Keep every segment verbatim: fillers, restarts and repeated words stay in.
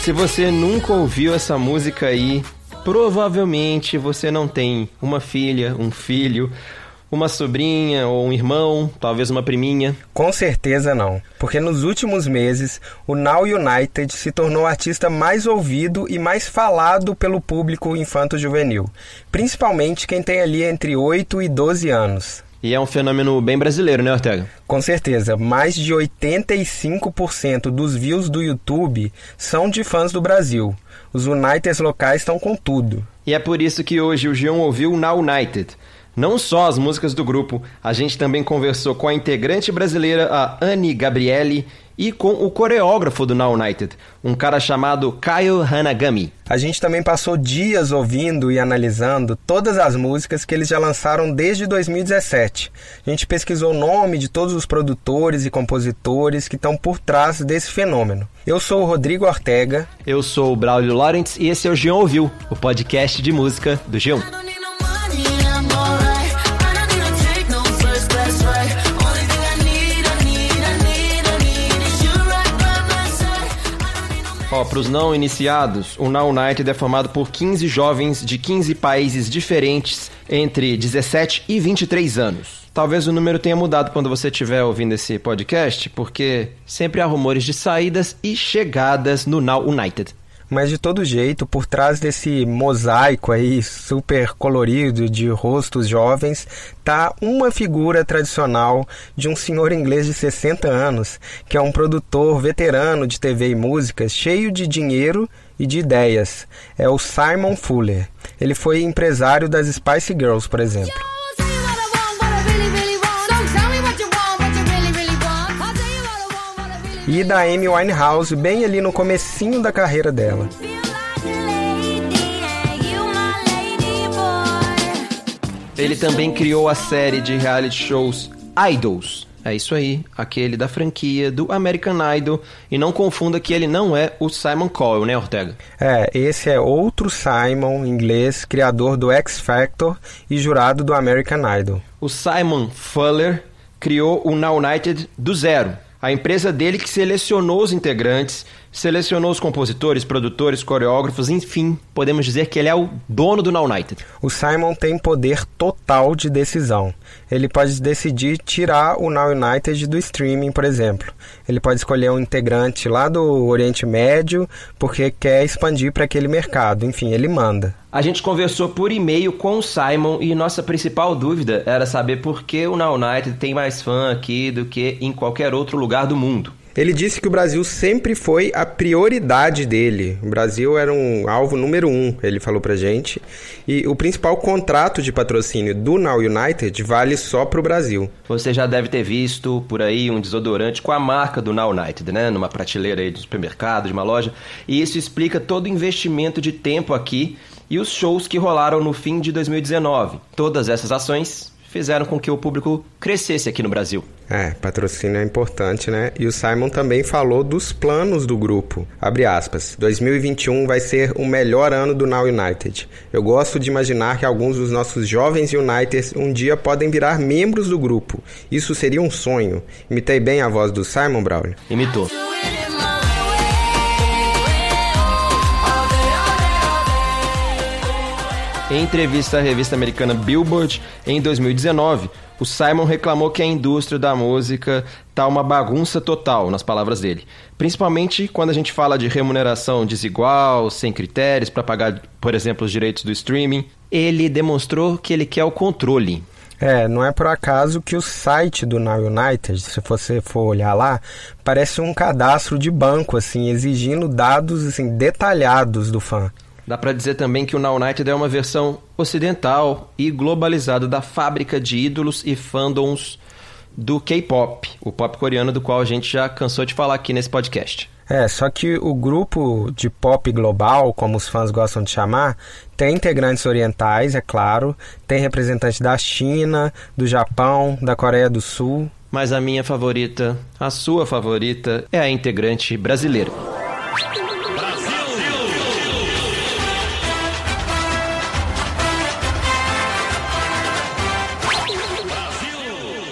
Se você nunca ouviu essa música aí, provavelmente você não tem uma filha, um filho, uma sobrinha ou um irmão, talvez uma priminha. Com certeza não, porque nos últimos meses o Now United se tornou o artista mais ouvido e mais falado pelo público infanto-juvenil, principalmente quem tem ali entre oito e doze anos. E é um fenômeno bem brasileiro, né, Ortega? Com certeza, mais de oitenta e cinco por cento dos views do YouTube são de fãs do Brasil. Os Uniteds locais estão com tudo. E é por isso que hoje o Gion ouviu Now United. Não só as músicas do grupo, a gente também conversou com a integrante brasileira, a Anne Gabriele, e com o coreógrafo do Now United, um cara chamado Kyle Hanagami. A gente também passou dias ouvindo e analisando todas as músicas que eles já lançaram desde dois mil e dezessete. A gente pesquisou o nome de todos os produtores e compositores que estão por trás desse fenômeno. Eu sou o Rodrigo Ortega. Eu sou o Braulio Lawrence e esse é o Gion Ouviu, o podcast de música do Gion. Ó, para os não iniciados, o Now United é formado por quinze jovens de quinze países diferentes entre dezessete e vinte e três anos. Talvez o número tenha mudado quando você estiver ouvindo esse podcast, porque sempre há rumores de saídas e chegadas no Now United. Mas de todo jeito, por trás desse mosaico aí super colorido de rostos jovens, tá uma figura tradicional de um senhor inglês de sessenta anos, que é um produtor veterano de T V e música, cheio de dinheiro e de ideias. É o Simon Fuller. Ele foi empresário das Spice Girls, por exemplo. E da Amy Winehouse, bem ali no comecinho da carreira dela. Ele também criou a série de reality shows Idols. É isso aí, aquele da franquia do American Idol. E não confunda que ele não é o Simon Cowell, né, Ortega? É, esse é outro Simon, inglês, criador do X Factor e jurado do American Idol. O Simon Fuller criou o Now United do zero. A empresa dele que selecionou os integrantes, selecionou os compositores, produtores, coreógrafos, enfim, podemos dizer que ele é o dono do Now United. O Simon tem poder total de decisão. Ele pode decidir tirar o Now United do streaming, por exemplo. Ele pode escolher um integrante lá do Oriente Médio porque quer expandir para aquele mercado. Enfim, ele manda. A gente conversou por e-mail com o Simon e nossa principal dúvida era saber por que o Now United tem mais fã aqui do que em qualquer outro lugar do mundo. Ele disse que o Brasil sempre foi a prioridade dele. O Brasil era um alvo número um, ele falou pra gente. E o principal contrato de patrocínio do Now United vale só pro Brasil. Você já deve ter visto por aí um desodorante com a marca do Now United, né? Numa prateleira aí do supermercado, de uma loja. E isso explica todo o investimento de tempo aqui e os shows que rolaram no fim de dois mil e dezenove. Todas essas ações fizeram com que o público crescesse aqui no Brasil. É, patrocínio é importante, né? E o Simon também falou dos planos do grupo. Abre aspas. dois mil e vinte e um vai ser o melhor ano do Now United. Eu gosto de imaginar que alguns dos nossos jovens Uniteds um dia podem virar membros do grupo. Isso seria um sonho. Imitei bem a voz do Simon, Braulio? Imitou. Em entrevista à revista americana Billboard, em dois mil e dezenove, o Simon reclamou que a indústria da música tá uma bagunça total, nas palavras dele. Principalmente quando a gente fala de remuneração desigual, sem critérios para pagar, por exemplo, os direitos do streaming. Ele demonstrou que ele quer o controle. É, não é por acaso que o site do Now United, se você for olhar lá, parece um cadastro de banco, assim, exigindo dados assim, detalhados do fã. Dá pra dizer também que o Now United é uma versão ocidental e globalizada da fábrica de ídolos e fandoms do K-pop, o pop coreano do qual a gente já cansou de falar aqui nesse podcast. É, só que o grupo de pop global, como os fãs gostam de chamar, tem integrantes orientais, é claro, tem representantes da China, do Japão, da Coreia do Sul. Mas a minha favorita, a sua favorita, é a integrante brasileira.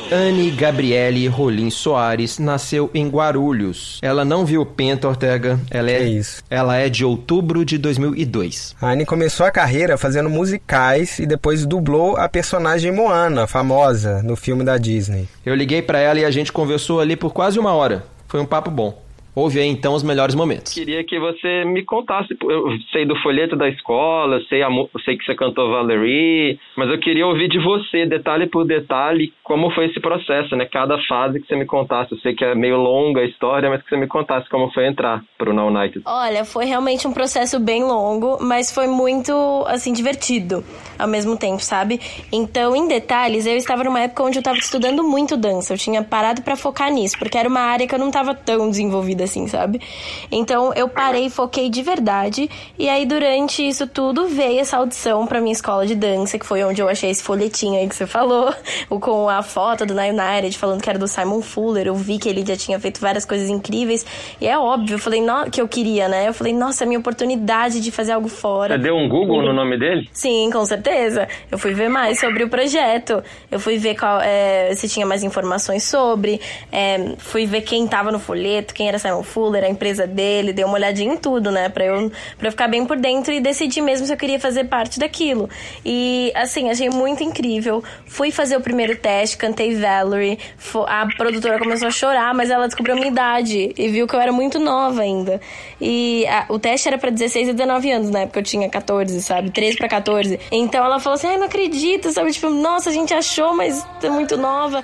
Anne Gabriele Rolim Soares nasceu em Guarulhos. Ela não viu Penta, Ortega. Ela é, é isso. Ela é de outubro de dois mil e dois. A Anne começou a carreira fazendo musicais e depois dublou a personagem Moana, famosa, no filme da Disney. Eu liguei pra ela e a gente conversou ali por quase uma hora. Foi um papo bom. Ouve aí, então, os melhores momentos. Queria que você me contasse. Eu sei do folheto da escola, sei, a, eu sei que você cantou Valerie, mas eu queria ouvir de você, detalhe por detalhe, como foi esse processo, né? Cada fase que você me contasse. Eu sei que é meio longa a história, mas que você me contasse como foi entrar pro Now United. Olha, foi realmente um processo bem longo, mas foi muito, assim, divertido ao mesmo tempo, sabe? Então, em detalhes, eu estava numa época onde eu estava estudando muito dança. Eu tinha parado pra focar nisso, porque era uma área que eu não estava tão desenvolvida assim, sabe? Então eu parei e foquei de verdade, e aí durante isso tudo veio essa audição pra minha escola de dança, que foi onde eu achei esse folhetinho aí que você falou, com a foto do Now United falando que era do Simon Fuller. Eu vi que ele já tinha feito várias coisas incríveis, e é óbvio, eu falei no... que eu queria, né? Eu falei, nossa, minha oportunidade de fazer algo fora. Você deu um Google no nome dele? Sim, com certeza. Eu fui ver mais sobre o projeto, eu fui ver qual, é, se tinha mais informações sobre, é, fui ver quem tava no folheto, quem era Simon Fuller, a empresa dele, dei uma olhadinha em tudo, né, pra eu, pra eu ficar bem por dentro e decidir mesmo se eu queria fazer parte daquilo. E, assim, achei muito incrível. Fui fazer o primeiro teste, cantei Valerie, a produtora começou a chorar, mas ela descobriu a minha idade e viu que eu era muito nova ainda. E a, o teste era pra dezesseis e dezenove anos, na época eu tinha catorze, sabe, treze pra catorze. Então ela falou assim, ai, não acredito, sabe, tipo, nossa, a gente achou, mas é muito nova.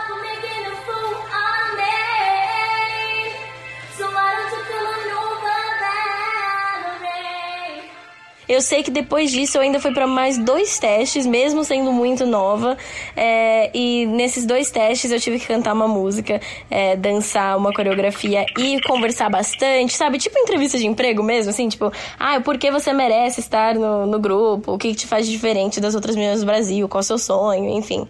Eu sei que depois disso eu ainda fui para mais dois testes, mesmo sendo muito nova. É, e nesses dois testes eu tive que cantar uma música, é, dançar uma coreografia e conversar bastante, sabe? Tipo entrevista de emprego mesmo, assim, tipo, ah, por que você merece estar no, no grupo? O que te faz diferente das outras meninas do Brasil? Qual é o seu sonho? Enfim.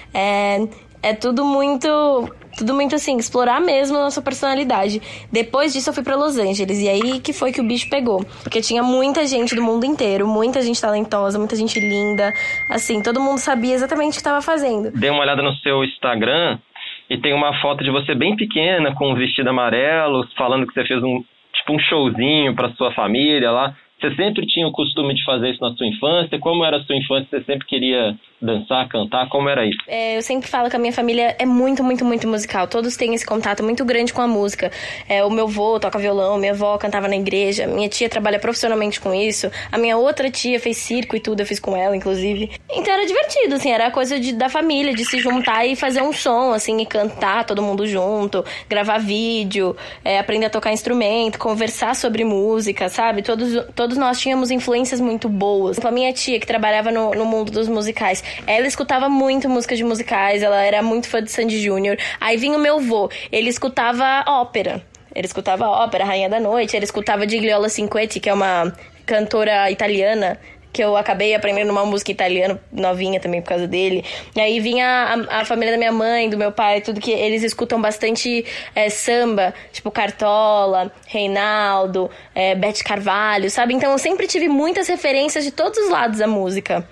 É, é tudo muito... Tudo muito assim, explorar mesmo a nossa personalidade. Depois disso eu fui pra Los Angeles, e aí que foi que o bicho pegou. Porque tinha muita gente do mundo inteiro, muita gente talentosa, muita gente linda. Assim, todo mundo sabia exatamente o que estava fazendo. Dei uma olhada no seu Instagram e tem uma foto de você bem pequena, com um vestido amarelo, falando que você fez um, tipo, um showzinho pra sua família lá. Você sempre tinha o costume de fazer isso na sua infância? Como era a sua infância? Você sempre queria dançar, cantar? Como era isso? É, eu sempre falo que a minha família é muito, muito, muito musical. Todos têm esse contato muito grande com a música. É, o meu avô toca violão, minha avó cantava na igreja, minha tia trabalha profissionalmente com isso, a minha outra tia fez circo e tudo, eu fiz com ela, inclusive. Então era divertido, assim, era coisa de, da família, de se juntar e fazer um som, assim, e cantar todo mundo junto, gravar vídeo, é, aprender a tocar instrumento, conversar sobre música, sabe? Todos, todos nós tínhamos influências muito boas. A minha tia, que trabalhava no, no mundo dos musicais, ela escutava muito música de musicais, ela era muito fã de Sandy Júnior. Aí vinha o meu avô, ele escutava ópera. Ele escutava ópera, Rainha da Noite, ele escutava Gigliola Cinquetti, que é uma cantora italiana, que eu acabei aprendendo uma música italiana novinha também por causa dele. E aí vinha a, a família da minha mãe, do meu pai, tudo que eles escutam bastante é, samba, tipo Cartola, Reinaldo, é, Beth Carvalho, sabe? Então eu sempre tive muitas referências de todos os lados da música.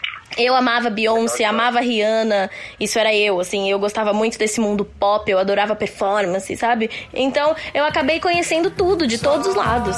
Eu amava Beyoncé, amava Rihanna, isso era eu, assim, eu gostava muito desse mundo pop, eu adorava performance, sabe? Então eu acabei conhecendo tudo, de todos os lados.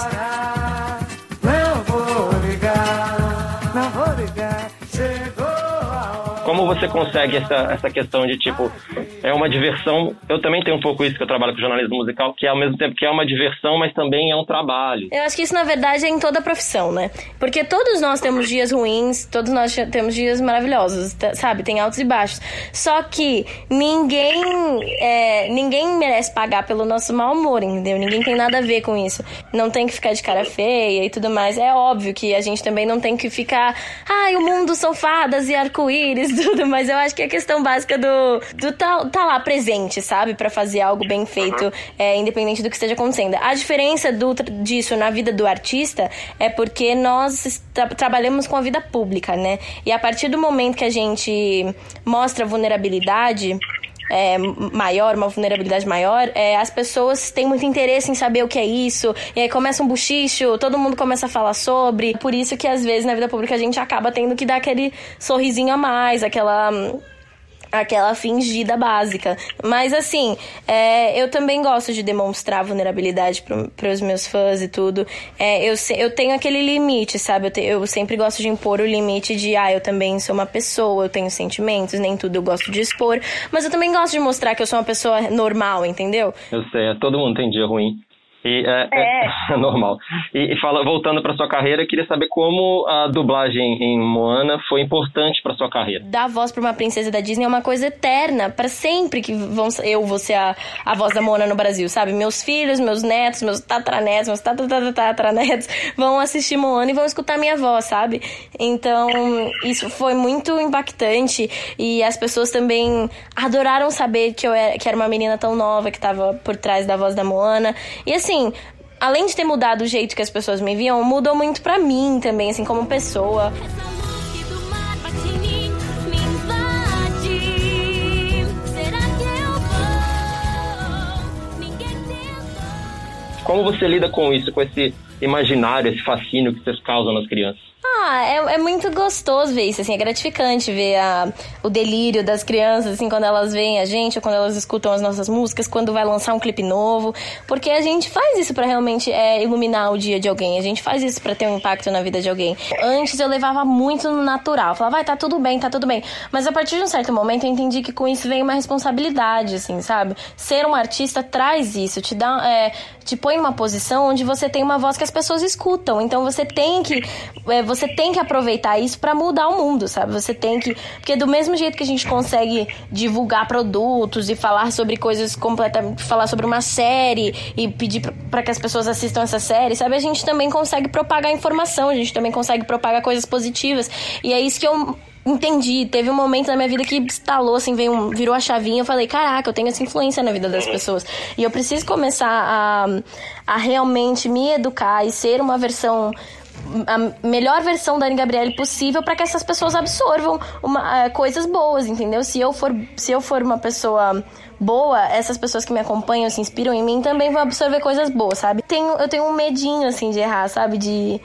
Não vou ligar, não vou ligar, chegou. Como você consegue essa, essa questão de, tipo, é uma diversão? Eu também tenho um pouco isso, que eu trabalho com jornalismo musical, que é ao mesmo tempo que é uma diversão, mas também é um trabalho. Eu acho que isso, na verdade, é em toda a profissão, né? Porque todos nós temos dias ruins, todos nós temos dias maravilhosos, sabe? Tem altos e baixos. Só que ninguém, é, ninguém merece pagar pelo nosso mau humor, entendeu? Ninguém tem nada a ver com isso. Não tem que ficar de cara feia e tudo mais. É óbvio que a gente também não tem que ficar... Ai, o mundo são fadas e arco-íris, tudo, mas eu acho que é a questão básica do, do tá, tá lá presente, sabe? Pra fazer algo bem feito, é, independente do que esteja acontecendo. A diferença do, disso na vida do artista é porque nós tra- trabalhamos com a vida pública, né? E a partir do momento que a gente mostra vulnerabilidade... É, maior, uma vulnerabilidade maior, é, as pessoas têm muito interesse em saber o que é isso, e aí começa um buchicho, todo mundo começa a falar sobre, por isso que às vezes na vida pública a gente acaba tendo que dar aquele sorrisinho a mais, aquela... aquela fingida básica. Mas assim, é, eu também gosto de demonstrar vulnerabilidade para os meus fãs e tudo. É, eu, eu tenho aquele limite, sabe? Eu, te, eu sempre gosto de impor o limite de, ah, eu também sou uma pessoa, eu tenho sentimentos, nem tudo eu gosto de expor. Mas eu também gosto de mostrar que eu sou uma pessoa normal, entendeu? Eu sei, todo mundo tem dia ruim. E é, é. é normal. E, e fala, voltando para sua carreira, eu queria saber como a dublagem em Moana foi importante para sua carreira. Dar voz para uma princesa da Disney é uma coisa eterna, para sempre que vão, eu vou ser a, a voz da Moana no Brasil, sabe? Meus filhos, meus netos, meus tataranetos, meus tataranetos vão assistir Moana e vão escutar minha voz, sabe? Então, isso foi muito impactante e as pessoas também adoraram saber que eu era, que era uma menina tão nova que estava por trás da voz da Moana. E assim, além de ter mudado o jeito que as pessoas me viam, mudou muito pra mim também, assim, como pessoa. Como você lida com isso, com esse imaginário, esse fascínio que vocês causam nas crianças? Ah, é, é muito gostoso ver isso, assim, é gratificante ver a, o delírio das crianças, assim, quando elas veem a gente, ou quando elas escutam as nossas músicas, quando vai lançar um clipe novo, porque a gente faz isso pra realmente é, iluminar o dia de alguém, a gente faz isso pra ter um impacto na vida de alguém. Antes eu levava muito no natural, falava, vai, tá tudo bem, tá tudo bem, mas a partir de um certo momento eu entendi que com isso vem uma responsabilidade, assim, sabe? Ser um artista traz isso, te dá, é, te põe numa posição onde você tem uma voz que as pessoas escutam, então você tem que, é, você tem que aproveitar isso pra mudar o mundo, sabe? Você tem que... Porque do mesmo jeito que a gente consegue divulgar produtos e falar sobre coisas completamente... Falar sobre uma série e pedir pra, pra que as pessoas assistam essa série, sabe? A gente também consegue propagar informação, a gente também consegue propagar coisas positivas. E é isso que eu... entendi, teve um momento na minha vida que estalou, assim, veio um, virou a chavinha, eu falei, caraca, eu tenho essa influência na vida das pessoas, e eu preciso começar a, a realmente me educar e ser uma versão, a melhor versão da Anny Gabriele possível para que essas pessoas absorvam uma, uh, coisas boas, entendeu? Se eu for, se eu for uma pessoa boa, essas pessoas que me acompanham, se inspiram em mim, também vão absorver coisas boas, sabe? Tenho, eu tenho um medinho, assim, de errar, sabe? De...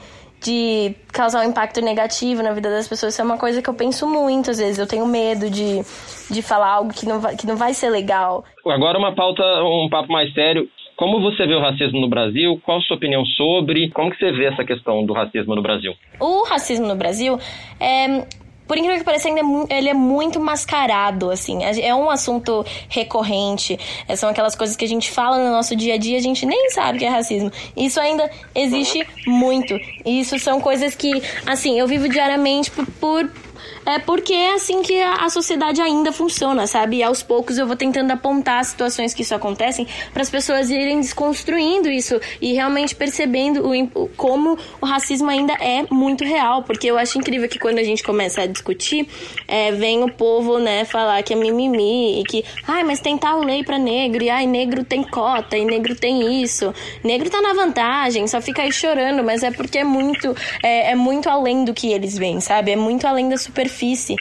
de causar um impacto negativo na vida das pessoas. Isso é uma coisa que eu penso muito, às vezes. Eu tenho medo de, de falar algo que não, vai, que não vai ser legal. Agora uma pauta, um papo mais sério. Como você vê o racismo no Brasil? Qual a sua opinião sobre? Como que você vê essa questão do racismo no Brasil? O racismo no Brasil é... Por incrível que pareça, ele é muito mascarado, assim. É um assunto recorrente. São aquelas coisas que a gente fala no nosso dia a dia, a gente nem sabe que é racismo. Isso ainda existe muito. Isso são coisas que, assim, eu vivo diariamente por... por é porque é assim que a, a sociedade ainda funciona, sabe? E aos poucos eu vou tentando apontar situações que isso acontecem para as pessoas irem desconstruindo isso e realmente percebendo o, como o racismo ainda é muito real. Porque eu acho incrível que quando a gente começa a discutir, é, vem o povo, né, falar que é mimimi e que, ai, mas tem tal lei para negro, e ai, negro tem cota, e negro tem isso, negro tá na vantagem, só fica aí chorando, mas é porque é muito, é, é muito além do que eles veem, sabe? É muito além da superfície.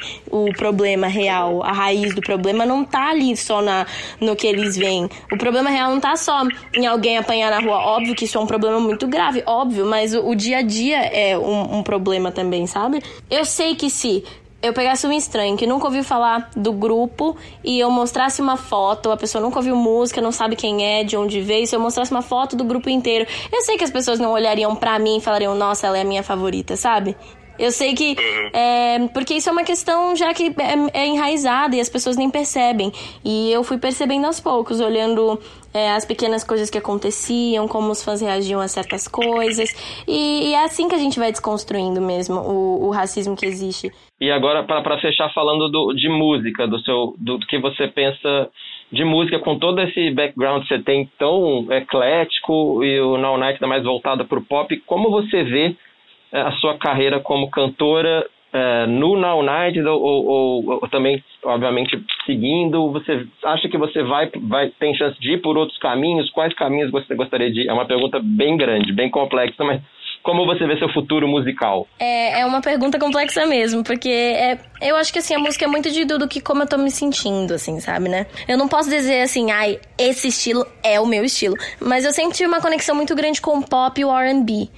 O problema real, a raiz do problema não tá ali só na, no que eles veem. O problema real não tá só em alguém apanhar na rua. Óbvio que isso é um problema muito grave, óbvio, mas o, o dia a dia é um, um problema também, sabe? Eu sei que se eu pegasse um estranho que nunca ouviu falar do grupo e eu mostrasse uma foto, a pessoa nunca ouviu música, não sabe quem é, de onde veio, se eu mostrasse uma foto do grupo inteiro, eu sei que as pessoas não olhariam pra mim e falariam, nossa, ela é a minha favorita, sabe? Eu sei que... É, porque isso é uma questão já que é, é enraizada e as pessoas nem percebem. E eu fui percebendo aos poucos, olhando é, as pequenas coisas que aconteciam, como os fãs reagiam a certas coisas. E, e é assim que a gente vai desconstruindo mesmo o, o racismo que existe. E agora, para fechar, falando do, de música, do, seu, do, do que você pensa de música, com todo esse background que você tem tão eclético e o Now Night mais voltado para o pop, como você vê a sua carreira como cantora é, no Now Night ou, ou, ou também, obviamente, seguindo? Você acha que você vai, vai tem chance de ir por outros caminhos? Quais caminhos você gostaria de ir? É uma pergunta bem grande, bem complexa, mas como você vê seu futuro musical? É, é uma pergunta complexa mesmo, porque é, eu acho que assim, a música é muito de tudo que como eu tô me sentindo, assim, sabe, né? Eu não posso dizer assim, ai, esse estilo é o meu estilo, mas eu sempre tive uma conexão muito grande com o pop e o R and B.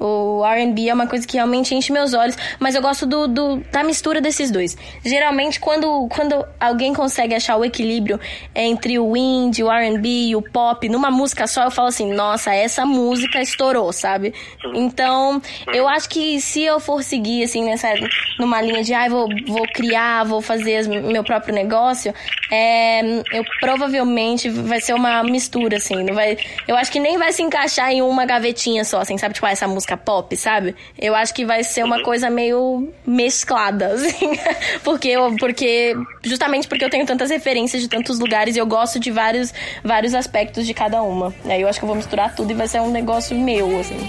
O R and B é uma coisa que realmente enche meus olhos, mas eu gosto do, do, da mistura desses dois. Geralmente, quando, quando alguém consegue achar o equilíbrio entre o indie, o R and B e o pop numa música só, eu falo assim, nossa, essa música estourou, sabe? Então, eu acho que se eu for seguir, assim, nessa, numa linha de, ah, vou, vou criar, vou fazer meu próprio negócio, é, eu provavelmente vai ser uma mistura, assim, não vai, eu acho que nem vai se encaixar em uma gavetinha só, assim, sabe? Tipo, ah, essa música pop, sabe? Eu acho que vai ser uma coisa meio mesclada, assim, porque, eu, porque justamente porque eu tenho tantas referências de tantos lugares e eu gosto de vários, vários aspectos de cada uma. Aí eu acho que eu vou misturar tudo e vai ser um negócio meu, assim.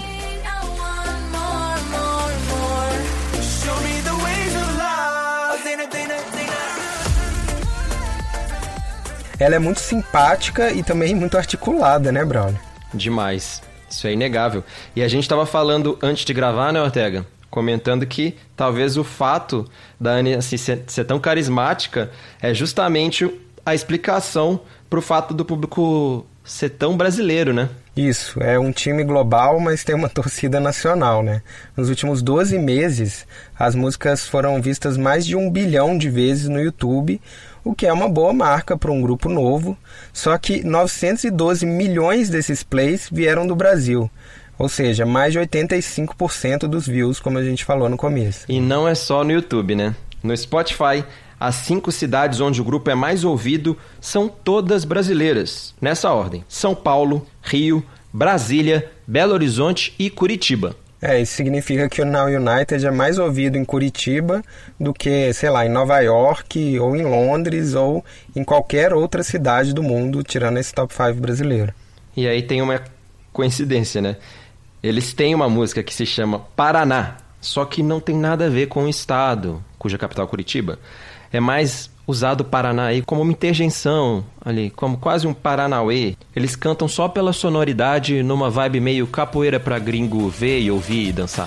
Ela é muito simpática e também muito articulada, né, Braulio? Demais. Isso é inegável. E a gente estava falando antes de gravar, né, Ortega? Comentando que talvez o fato da Anne assim, ser, ser tão carismática é justamente a explicação para o fato do público ser tão brasileiro, né? Isso, é um time global, mas tem uma torcida nacional, né? Nos últimos doze meses, as músicas foram vistas mais de um bilhão de vezes no YouTube, o que é uma boa marca para um grupo novo, só que novecentos e doze milhões desses plays vieram do Brasil, ou seja, mais de oitenta e cinco por cento dos views, como a gente falou no começo. E não é só no YouTube, né? No Spotify, as cinco cidades onde o grupo é mais ouvido são todas brasileiras, nessa ordem: São Paulo, Rio, Brasília, Belo Horizonte e Curitiba. É, isso significa que o Now United é mais ouvido em Curitiba do que, sei lá, em Nova York, ou em Londres, ou em qualquer outra cidade do mundo, tirando esse top cinco brasileiro. E aí tem uma coincidência, né? Eles têm uma música que se chama Paraná, só que não tem nada a ver com o estado, cuja capital é Curitiba. É mais usado o Paraná aí como uma interjeição, ali, como quase um Paranauê. Eles cantam só pela sonoridade, numa vibe meio capoeira pra gringo ver e ouvir e dançar.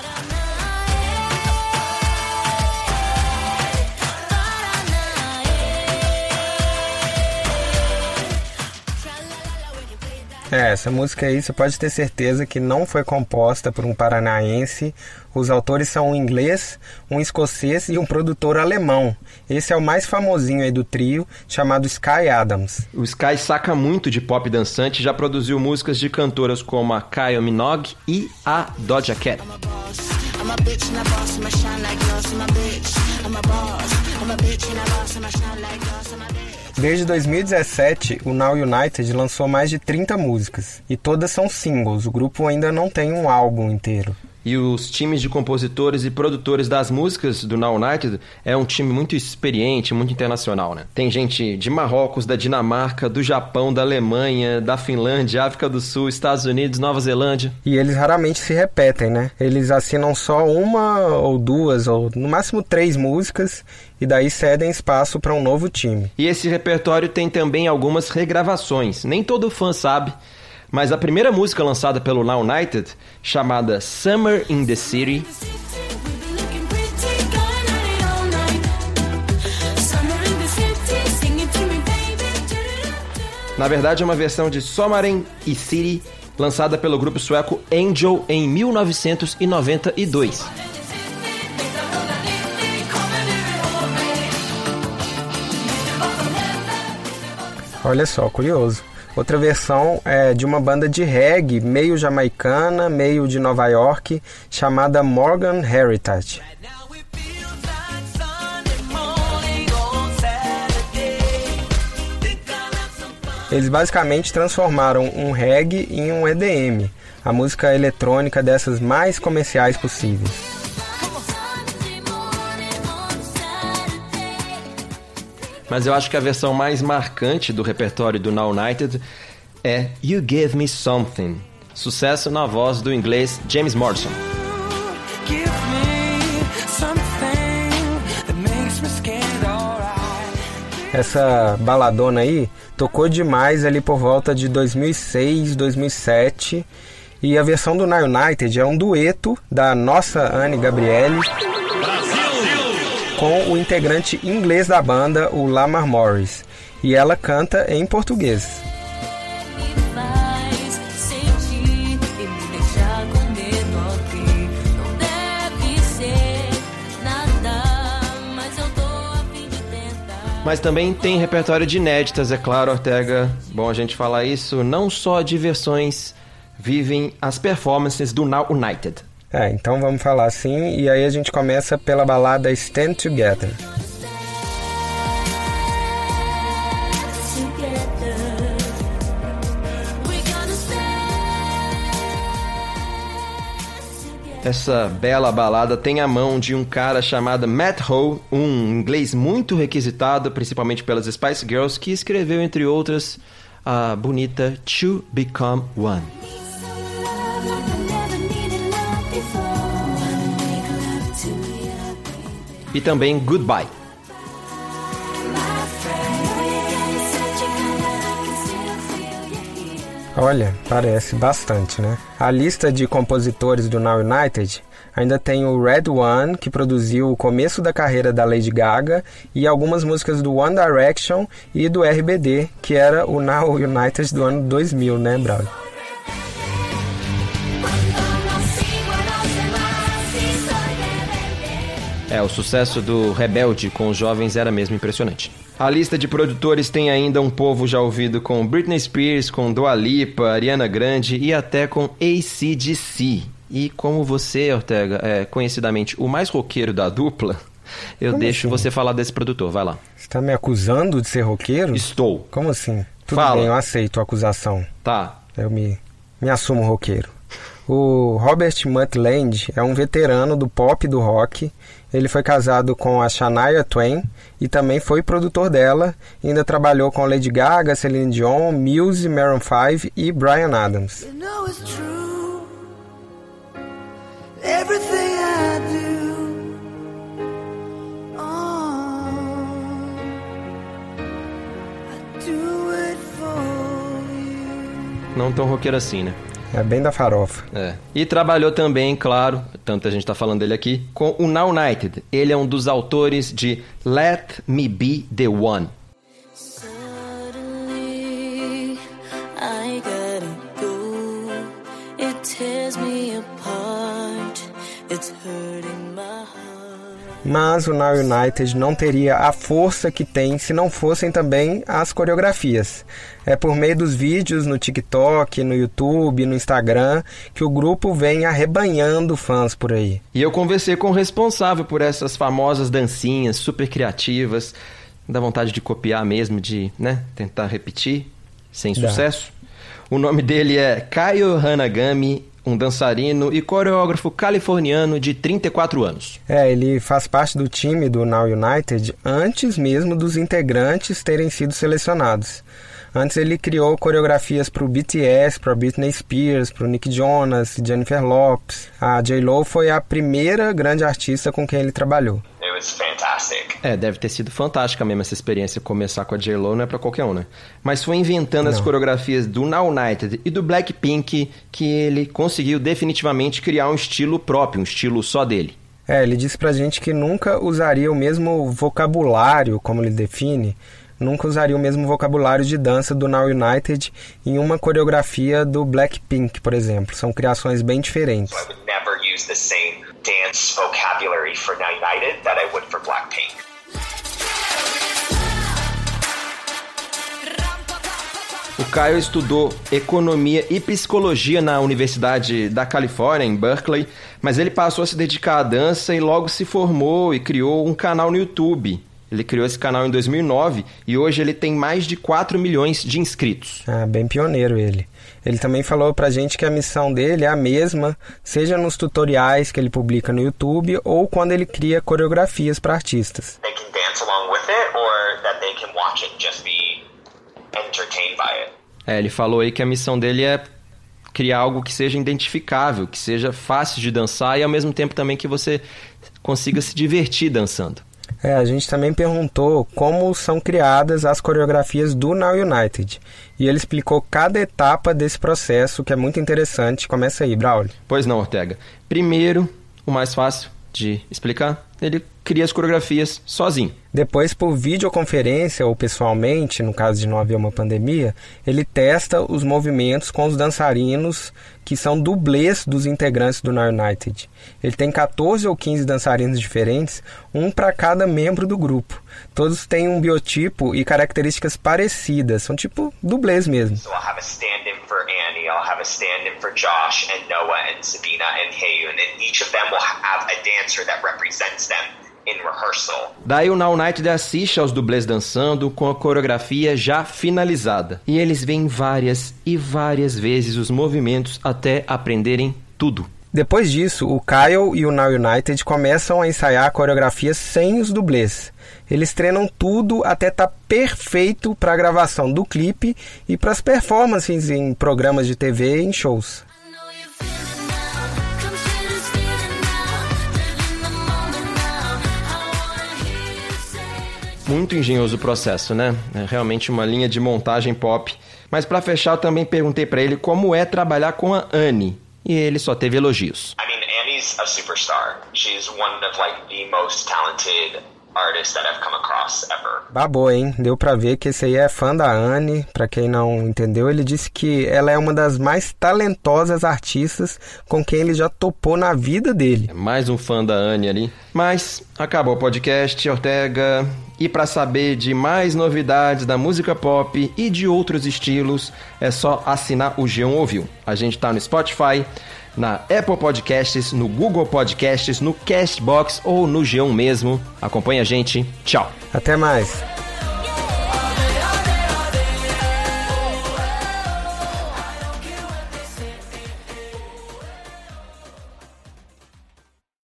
É, essa música aí você pode ter certeza que não foi composta por um paranaense. Os autores são um inglês, um escocês e um produtor alemão. Esse é o mais famosinho aí do trio, chamado Sky Adams. O Sky saca muito de pop dançante, já produziu músicas de cantoras como a Kylie Minogue e a Doja Cat. Desde dois mil e dezessete, o Now United lançou mais de trinta músicas, e todas são singles, o grupo ainda não tem um álbum inteiro. E os times de compositores e produtores das músicas do Now United é um time muito experiente, muito internacional, né? Tem gente de Marrocos, da Dinamarca, do Japão, da Alemanha, da Finlândia, África do Sul, Estados Unidos, Nova Zelândia. E eles raramente se repetem, né? Eles assinam só uma ou duas, ou no máximo três músicas, e daí cedem espaço para um novo time. E esse repertório tem também algumas regravações. Nem todo fã sabe, mas a primeira música lançada pelo Now United, chamada Summer in the City, na verdade é uma versão de Sommaren i City, lançada pelo grupo sueco Angel em mil novecentos e noventa e dois. Olha só, curioso. Outra versão é de uma banda de reggae, meio jamaicana, meio de Nova York, chamada Morgan Heritage. Eles basicamente transformaram um reggae em um E D M, a música eletrônica dessas mais comerciais possíveis. Mas eu acho que a versão mais marcante do repertório do Now United é You Give Me Something, sucesso na voz do inglês James Morrison. Essa baladona aí tocou demais ali por volta de dois mil e seis, dois mil e sete, e a versão do Now United é um dueto da nossa Anne Gabriele com o integrante inglês da banda, o Lamar Morris, e ela canta em português. Mas também tem repertório de inéditas, é claro, Ortega. Bom a gente falar isso, não só de versões vivem as performances do Now United. É, então vamos falar assim, e aí a gente começa pela balada Stand Together. Essa bela balada tem a mão de um cara chamado Matt Ho, um inglês muito requisitado, principalmente pelas Spice Girls, que escreveu, entre outras, a bonita To Become One. E também Goodbye. Olha, parece bastante, né? A lista de compositores do Now United ainda tem o Red One, que produziu o começo da carreira da Lady Gaga, e algumas músicas do One Direction e do R B D, que era o Now United do ano dois mil, né, Braulio? É, o sucesso do Rebelde com os jovens era mesmo impressionante. A lista de produtores tem ainda um povo já ouvido com Britney Spears, com Dua Lipa, Ariana Grande e até com A C D C. E como você, Ortega, é conhecidamente o mais roqueiro da dupla, eu como deixo assim? Você falar desse produtor, vai lá. Você tá me acusando de ser roqueiro? Estou. Como assim? Tudo Fala. bem, eu aceito a acusação. Tá. Eu me, me assumo roqueiro. O Robert Mutland é um veterano do pop e do rock. Ele foi casado com a Shania Twain e também foi produtor dela. E ainda trabalhou com Lady Gaga, Celine Dion, Muse, Maroon five e Bryan Adams. You know it's true. Everything I do. Oh, I do it for you. Não tão roqueiro assim, né? É bem da farofa. É. E trabalhou também, claro, tanto a gente tá falando dele aqui, com o Now United. Ele é um dos autores de Let Me Be The One. Suddenly, I gotta go. It tears me apart. It's hurting my heart. Mas o Now United não teria a força que tem se não fossem também as coreografias. É por meio dos vídeos no TikTok, no YouTube, no Instagram, que o grupo vem arrebanhando fãs por aí. E eu conversei com o responsável por essas famosas dancinhas super criativas. Dá vontade de copiar mesmo, de, né, tentar repetir, sem Dá. sucesso. O nome dele é Kaio Hanagami, um dançarino e coreógrafo californiano de trinta e quatro anos. É, ele faz parte do time do Now United antes mesmo dos integrantes terem sido selecionados. Antes ele criou coreografias para o B T S, para Britney Spears, para o Nick Jonas, Jennifer Lopez. A J-Lo foi a primeira grande artista com quem ele trabalhou. It was fantastic. É, deve ter sido fantástica mesmo essa experiência. Começar com a J-Lo não é pra qualquer um, né? Mas foi inventando não. as coreografias do Now United e do Blackpink que ele conseguiu definitivamente criar um estilo próprio, um estilo só dele. É, ele disse pra gente que nunca usaria o mesmo vocabulário, como ele define, nunca usaria o mesmo vocabulário de dança do Now United em uma coreografia do Blackpink, por exemplo. São criações bem diferentes. I would never use the same dance vocabulary for Now United that I would for Blackpink. O Caio estudou economia e psicologia na Universidade da Califórnia, em Berkeley, mas ele passou a se dedicar à dança e logo se formou e criou um canal no YouTube. Ele criou esse canal em dois mil e nove e hoje ele tem mais de quatro milhões de inscritos. Ah, bem pioneiro ele. Ele também falou pra gente que a missão dele é a mesma, seja nos tutoriais que ele publica no YouTube ou quando ele cria coreografias para artistas. They can dance along with it or that they can watch it and just be entertained by it. É, ele falou aí que a missão dele é criar algo que seja identificável, que seja fácil de dançar e ao mesmo tempo também que você consiga se divertir dançando. É, a gente também perguntou como são criadas as coreografias do Now United. E ele explicou cada etapa desse processo, que é muito interessante. Começa aí, Braulio. Pois não, Ortega. Primeiro, o mais fácil, de explicar, ele cria as coreografias sozinho. Depois, por videoconferência ou pessoalmente, no caso de não haver uma pandemia, ele testa os movimentos com os dançarinos que são dublês dos integrantes do Now United. Ele tem catorze ou quinze dançarinos diferentes, um para cada membro do grupo. Todos têm um biotipo e características parecidas, são tipo dublês mesmo. So I'll have a stand-in for Annie, I'll have a stand-in for Josh and Noah and Sabina and Heyun, and each of them will have a dancer that represents them in rehearsal. Daí o Now United assiste aos dublês dançando com a coreografia já finalizada. E eles veem várias e várias vezes os movimentos até aprenderem tudo. Depois disso, o Kyle e o Now United começam a ensaiar a coreografia sem os dublês. Eles treinam tudo até estar perfeito para a gravação do clipe e para as performances em programas de T V e em shows. Muito engenhoso o processo, né? É realmente uma linha de montagem pop. Mas para fechar, eu também perguntei para ele como é trabalhar com a Annie. E ele só teve elogios. I mean, Annie's a superstar. She's one of like the most talented artists that I've come across ever. Babou, hein? Deu pra ver que esse aí é fã da Annie. Pra quem não entendeu, ele disse que ela é uma das mais talentosas artistas com quem ele já topou na vida dele. É mais um fã da Annie ali. Mas acabou o podcast, Ortega. E para saber de mais novidades da música pop e de outros estilos, é só assinar o G um Ouviu. A gente tá no Spotify, na Apple Podcasts, no Google Podcasts, no Castbox ou no G um mesmo. Acompanha a gente. Tchau. Até mais.